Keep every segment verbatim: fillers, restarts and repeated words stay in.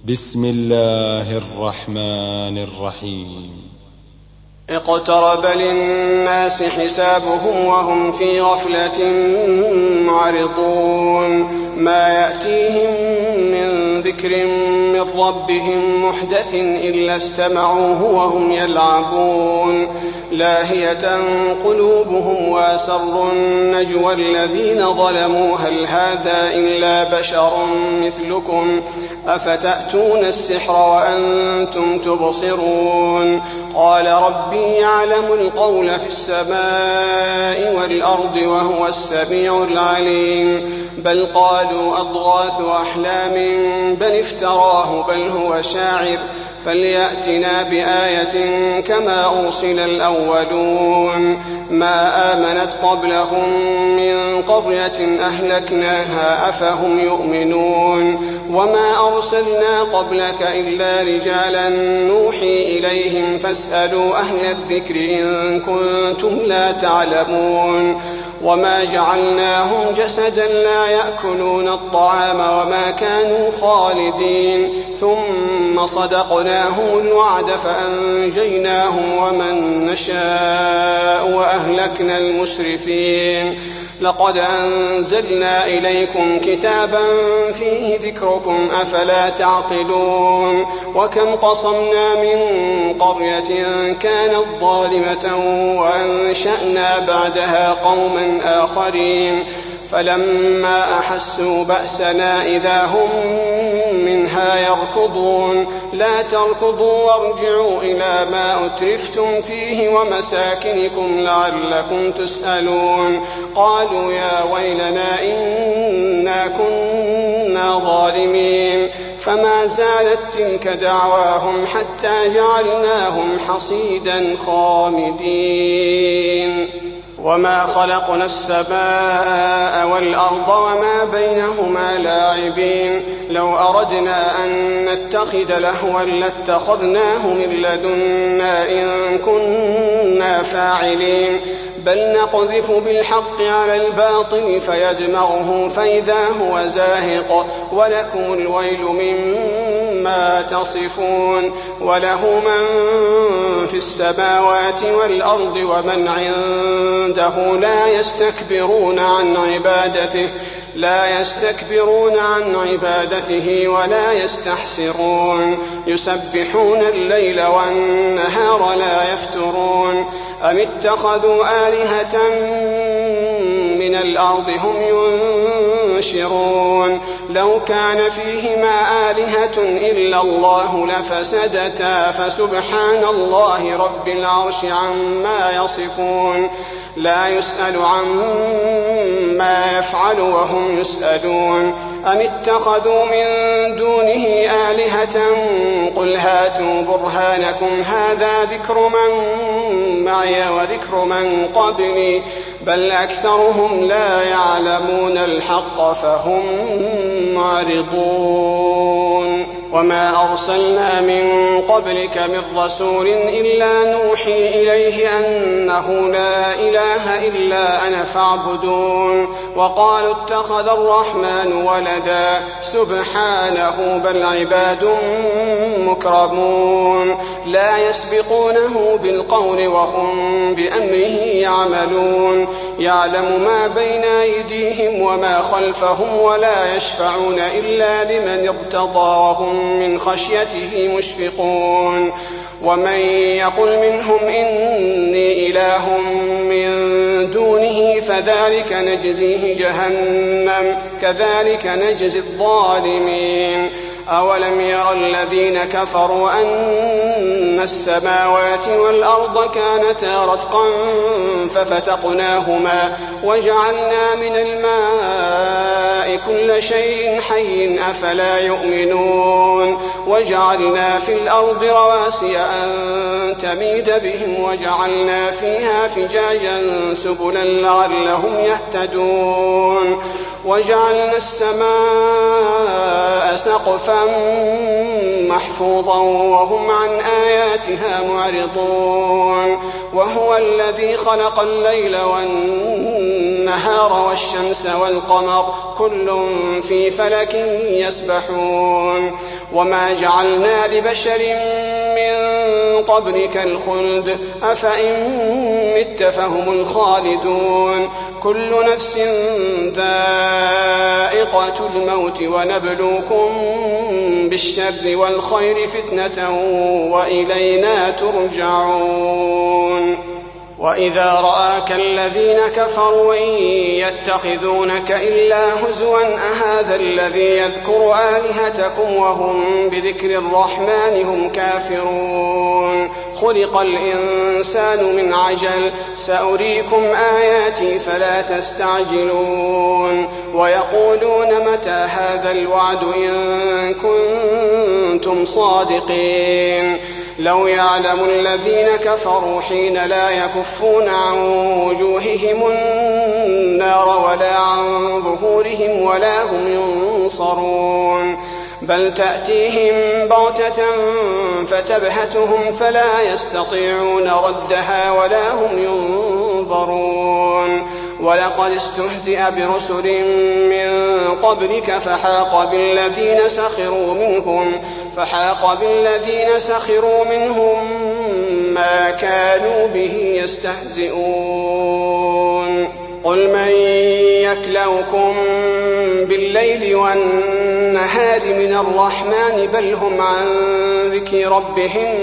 بسم الله الرحمن الرحيم. اقترب للناس حسابهم وهم في غفلة معرضون ما يأتيهم من ذكر من ربهم محدث إلا استمعوه وهم يلعبون لاهية قلوبهم وأسروا النجوى الذين ظلموا هل هذا إلا بشر مثلكم أفتأتون السحر وأنتم تبصرون قال ربي يعلم القول في السماء والأرض وهو السميع العليم بل قالوا أضغاث أحلام بل افتراه بل هو شاعر فليأتنا بآية كما أرسل الأولون ما آمنت قبلهم من قرية أهلكناها أفهم يؤمنون وما أرسلنا قبلك إلا رجالا نوحي إليهم فاسألوا أهل الذكر إن كنتم لا تعلمون وما جعلناهم جسدا لا يأكلون الطعام وما كانوا خالدين ثم صدقناهم الوعد فأنجيناهم ومن نشاء وأهلكنا المسرفين لقد أنزلنا إليكم كتابا فيه ذكركم أفلا تعقلون وكم قصمنا من قرية كانت ظالمة وأنشأنا بعدها قوما آخرين فلما أحسوا بأسنا إذا هم منها يركضون لا تركضوا وارجعوا إلى ما أترفتم فيه ومساكنكم لعلكم تسألون قالوا يا ويلنا إنا كنا ظالمين فما زالت تلك دعواهم حتى جعلناهم حصيدا خامدين وما خلقنا السماء والأرض وما بينهما لاعبين لو أردنا أن نتخذ لهوا لاتخذناه من لدنا إن كنا فاعلين بل نقذف بالحق على الباطل فيدمغه فإذا هو زاهق ولكم الويل مما تصفون وله من في السماوات والأرض ومن عنده لا يستكبرون عن عبادته لا يستكبرون عن عبادته ولا يستحسرون يسبحون الليل والنهار لا يفترون أم اتخذوا آلهة من الأرض هم ينشرون لو كان فيهما آلهة إلا الله لفسدتا فسبحان الله رب العرش عما يصفون لا يسأل عما يفعل وهم يسألون أم اتخذوا من دونه آلهة قل هاتوا برهانكم هذا ذكر من معي وذكر من قبلي بل أكثرهم لا يعلمون الحق فهم معرضون وما أرسلنا من قبلك من رسول إلا نوحي إليه أنه لا إله إلا أنا فاعبدون وقالوا اتخذ الرحمن ولدا سبحانه بل عباد مكرمون لا يسبقونه بالقول وهم بأمره يعملون يعلم ما بين أيديهم وما خلفهم ولا يشفعون إلا لمن ارتضى وهم من خشيته مشفقون ومن يقل منهم إني إله من دونه فذلك نجزيه جهنم كذلك نجزي الظالمين أولم ير الذين كفروا أن السماوات والأرض كانتا رتقا ففتقناهما وجعلنا من الماء كل شيء حي أفلا يؤمنون وجعلنا في الأرض رواسي أن تميد بهم وجعلنا فيها فجاجا سبلا لعلهم يهتدون وجعلنا السماء سقفا محفوظا وهم عن آياتها معرضون وهو الذي خلق الليل والنهار والنهار والشمس والقمر كل في فلك يسبحون وما جعلنا لبشر من قبلك الخلد أفإن مت فهم الخالدون كل نفس ذائقة الموت ونبلوكم بالشر والخير فتنة وإلينا ترجعون وإذا رآك الذين كفروا إن يتخذونك إلا هزوا أهذا الذي يذكر آلهتكم وهم بذكر الرحمن هم كافرون خلق الإنسان من عجل سأريكم آياتي فلا تستعجلون ويقولون متى هذا الوعد إن كنتم صادقين لو يعلم الذين كفروا حين لا يكفون عن وجوههم النار ولا عن ظهورهم ولا هم ينصرون بل تأتيهم بغتة فتبهتهم فلا يستطيعون ردها ولا هم ينظرون ولقد استهزئ برسل من قبلك فحاق بالذين سخروا منهم فحاق بالذين سخروا منهم ما كانوا به يستهزئون قل من يكلؤكم بالليل والنهار من الرحمن بل هم عن ذكر ربهم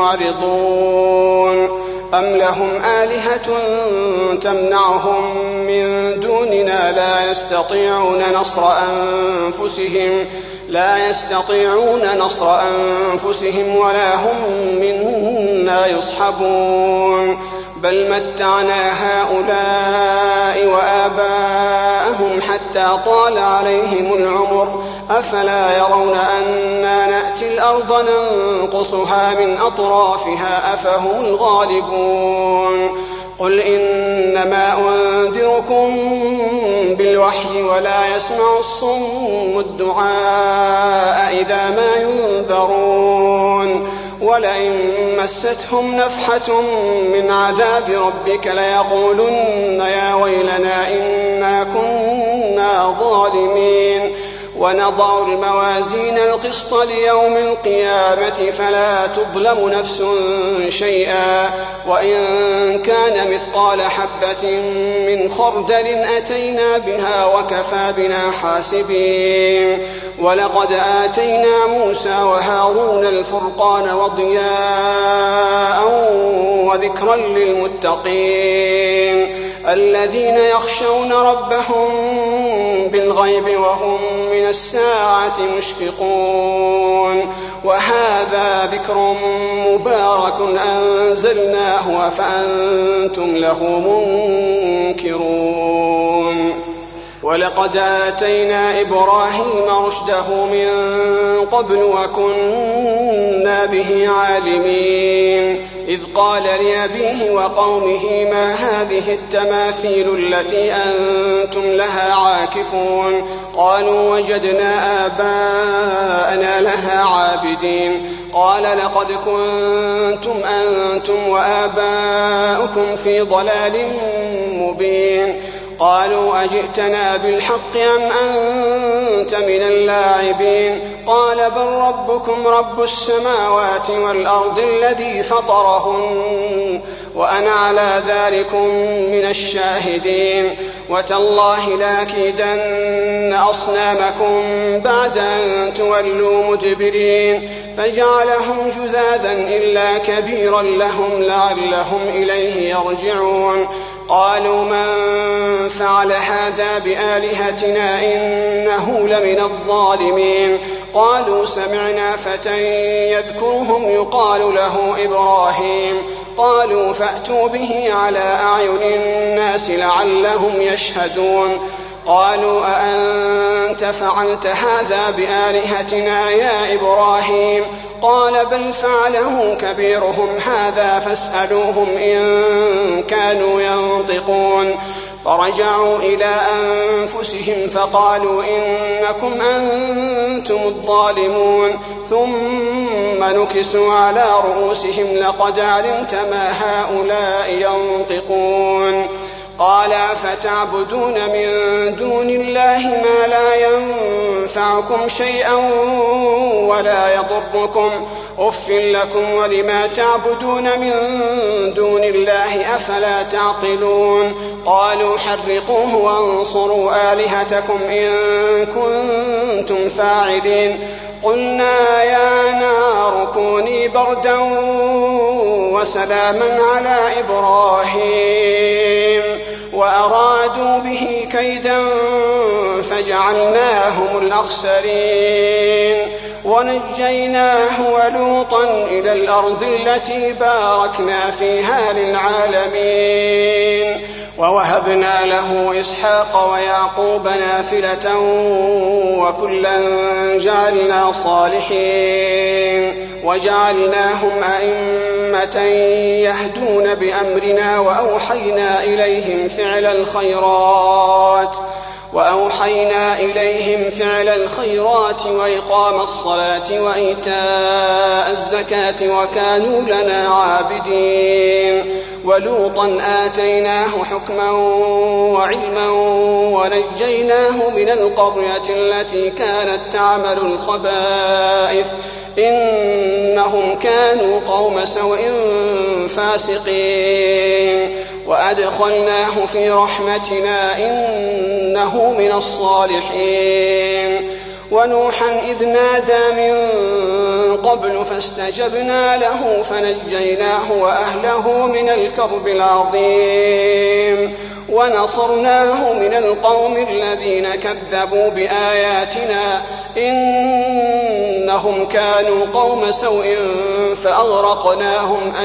معرضون أم لهم آلهة تمنعهم من دوننا لا يستطيعون نصر أنفسهم لا يستطيعون نصر أنفسهم ولا هم منا يصحبون بل متعنا هؤلاء وآباءهم حتى طال عليهم العمر أفلا يرون أنا نأتي الأرض ننقصها من أطرافها أفهم الغالبون قل إنما أنذركم بالوحي ولا يسمع الصم الدعاء إذا ما ينذرون ولئن مستهم نفحة من عذاب ربك ليقولن يا ويلنا إنا كنا ظالمين ونضع الموازين القسط ليوم القيامة فلا تظلم نفس شيئا وإن كان مثقال حبة من خردل أتينا بها وكفى بنا حاسبين ولقد آتينا موسى وهارون الفرقان وضياء وذكرا للمتقين الذين يخشون ربهم بالغيب وهم من الساعة مشفقون وهذا ذكر مبارك أنزلناه فأنتم له منكرون ولقد آتينا إبراهيم رشده من قبل وكنا به عالمين إذ قال لأبيه وقومه ما هذه التماثيل التي أنتم لها عاكفون قالوا وجدنا آباءنا لها عابدين قال لقد كنتم أنتم وآباؤكم في ضلال مبين قالوا أجئتنا بالحق أم أنت من اللاعبين قال بل ربكم رب السماوات والأرض الذي فطرهن وأنا على ذلكم من الشاهدين وتالله لأكيدن أصنامكم بعد أن تولوا مدبرين فجعلهم جذاذا إلا كبيرا لهم لعلهم إليه يرجعون قالوا من فعل هذا بآلهتنا إنه لمن الظالمين قالوا سمعنا فتى يذكرهم يقال له إبراهيم قالوا فأتوا به على أعين الناس لعلهم يشهدون قالوا أأنت فعلت هذا بآلهتنا يا إبراهيم قال بل فعله كبيرهم هذا فاسألوهم إن كانوا ينطقون فرجعوا إلى أنفسهم فقالوا إنكم أنتم الظالمون ثم نكسوا على رؤوسهم لقد علمت ما هؤلاء ينطقون قال أفتعبدون من دون الله ما لا ينفعكم شيئا ولا يضركم أف لكم ولما تعبدون من دون الله أفلا تعقلون قالوا حرقوه وانصروا آلهتكم إن كنتم فاعلين قلنا يا نار كوني بردا وسلاما على إبراهيم وأرادوا به كيدا فجعلناهم الأخسرين ونجيناه ولوطا إلى الأرض التي باركنا فيها للعالمين ووهبنا له إسحاق ويعقوب نافلة وكلا جعلنا صالحين وجعلناهم أئمة يهدون بأمرنا وأوحينا إليهم فعل الخيرات وأوحينا إليهم فعل الخيرات وإقام الصلاة وإيتاء الزكاة وكانوا لنا عابدين ولوطا آتيناه حكما وعلما ونجيناه من القرية التي كانت تعمل الخبائث إنهم كانوا قوم سوء فاسقين وأدخلناه في رحمتنا إنه من الصالحين ونوحا إذ نادى من قبل فاستجبنا له فنجيناه وأهله من الكرب العظيم ونصرناه من القوم الذين كذبوا بآياتنا إنهم كانوا قوم سوء فأغرقناهم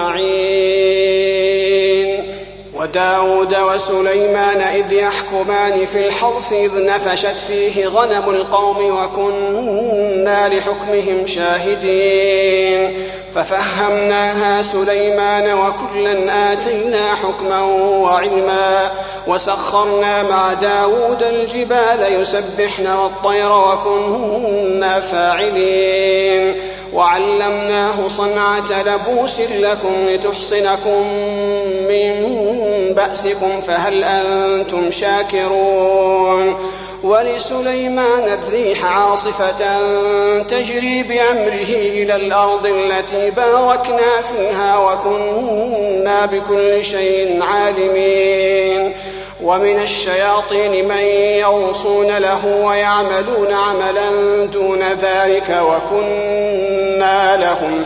أجمعين وداود وسليمان إذ يحكمان في الحرث إذ نفشت فيه غنم القوم وكنا لحكمهم شاهدين ففهمناها سليمان وكلا آتينا حكما وعلما وسخرنا مع داود الجبال يسبحن والطير وكنا فاعلين وعلمناه صنعة لبوس لكم لتحصنكم من بأسكم فهل أنتم شاكرون ولسليمان الريح عاصفة تجري بأمره إلى الأرض التي باركنا فيها وكنا بكل شيء عالمين ومن الشياطين من يغوصون له ويعملون عملا دون ذلك وكنا لهم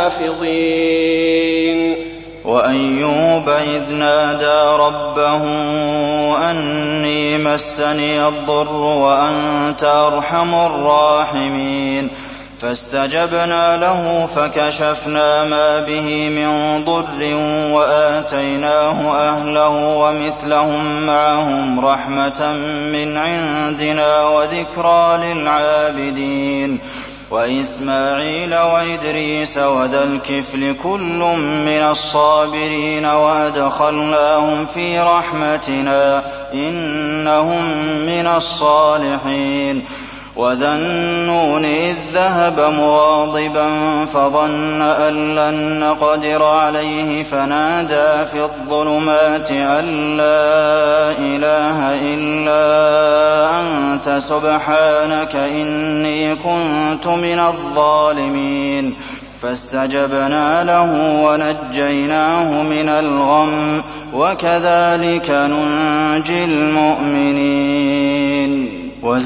حافظين وأيوب إذ نادى ربه أني مسني الضر وأنت أرحم الراحمين فاستجبنا له فكشفنا ما به من ضر وآتيناه أهله ومثلهم معهم رحمة من عندنا وذكرى للعابدين وإسماعيل وإدريس وذا الكفل كل من الصابرين وأدخلناهم في رحمتنا إنهم من الصالحين وذا النون إذ ذهب مغاضبا فظن أن لن نقدر عليه فنادى في الظلمات أن لا إله إلا أنت سبحانك إني كنت من الظالمين فاستجبنا له ونجيناه من الغم وكذلك ننجي المؤمنين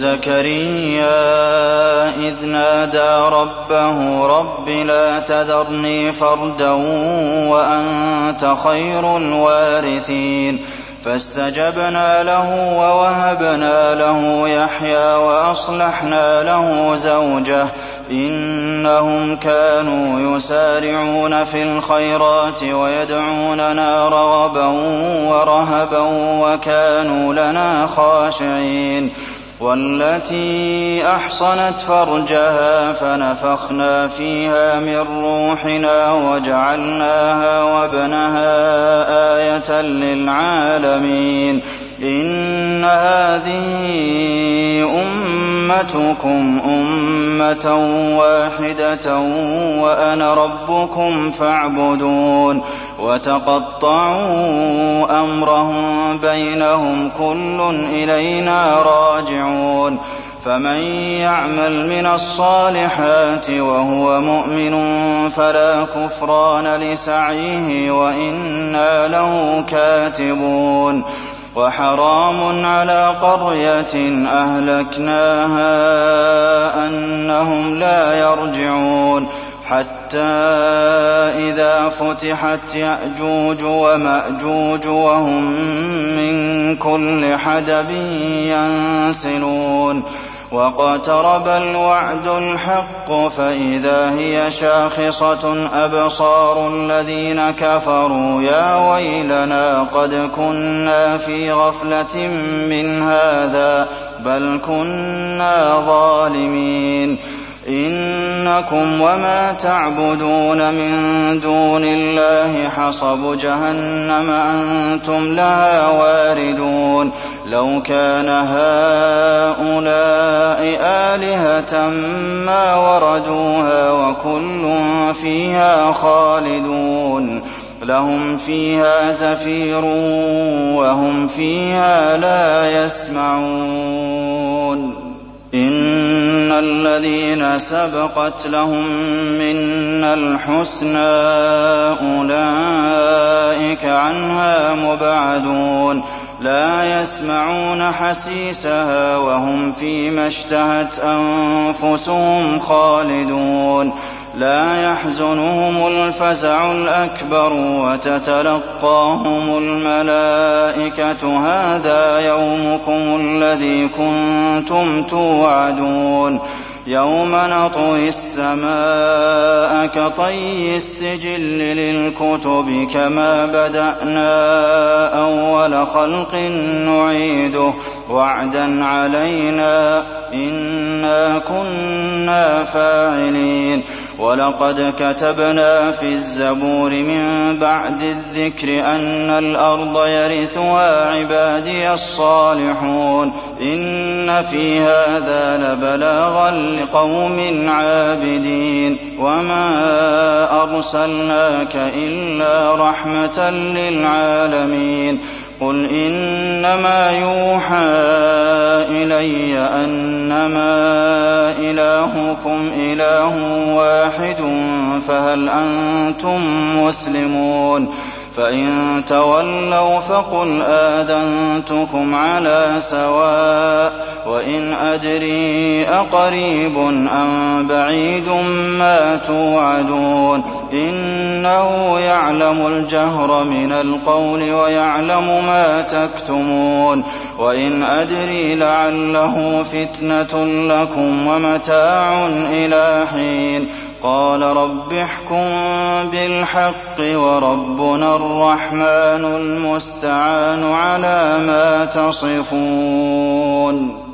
وزكريا إذ نادى ربه رب لا تذرني فردا وأنت خير الوارثين فاستجبنا له ووهبنا له يحيى وأصلحنا له زوجه إنهم كانوا يسارعون في الخيرات ويدعوننا رغبا ورهبا وكانوا لنا خاشعين والتي أحصنت فرجها فنفخنا فيها من روحنا وجعلناها وابنها آية للعالمين إن هذه أمتكم أمة واحدة وأنا ربكم فاعبدون وتقطعوا أمرهم بينهم كل إلينا راجعون فمن يعمل من الصالحات وهو مؤمن فلا كفران لسعيه وإنا له كاتبون وحرام على قرية أهلكناها أنهم لا يرجعون حتى إذا فتحت يأجوج ومأجوج وهم من كل حدب ينسلون واقترب الوعد الحق فإذا هي شاخصة أبصار الذين كفروا يا ويلنا قد كنا في غفلة من هذا بل كنا ظالمين إنكم وما تعبدون من دون الله حصب جهنم أنتم لها واردون لو كان هؤلاء آلهة ما وردوها وكل فيها خالدون لهم فيها زفير وهم فيها لا يسمعون إن الذين سبقت لهم منا الحسنى أولئك عنها مبعدون لا يسمعون حسيسها وهم فيما اشتهت أنفسهم خالدون لا يحزنهم الفزع الأكبر وتتلقاهم الملائكة هذا يومكم الذي كنتم توعدون يوم نطوي السماء كطي السجل للكتب كما بدأنا أول خلق نعيده وعدا علينا إنا كنا فاعلين ولقد كتبنا في الزبور من بعد الذكر أن الأرض يرثها عبادي الصالحون إن في هذا لبلاغا لقوم عابدين وما أرسلناك إلا رحمة للعالمين قل إنما يوحى إلي أنما إلهكم إله واحد فهل أنتم مسلمون فإن تولوا فقل آذنتكم على سواء وإن أدري أقريب أم بعيد ما توعدون إنه يعلم الجهر من القول ويعلم ما تكتمون وإن أدري لعله فتنة لكم ومتاع إلى حين قال رب احكم بالحق وربنا الرحمن المستعان على ما تصفون.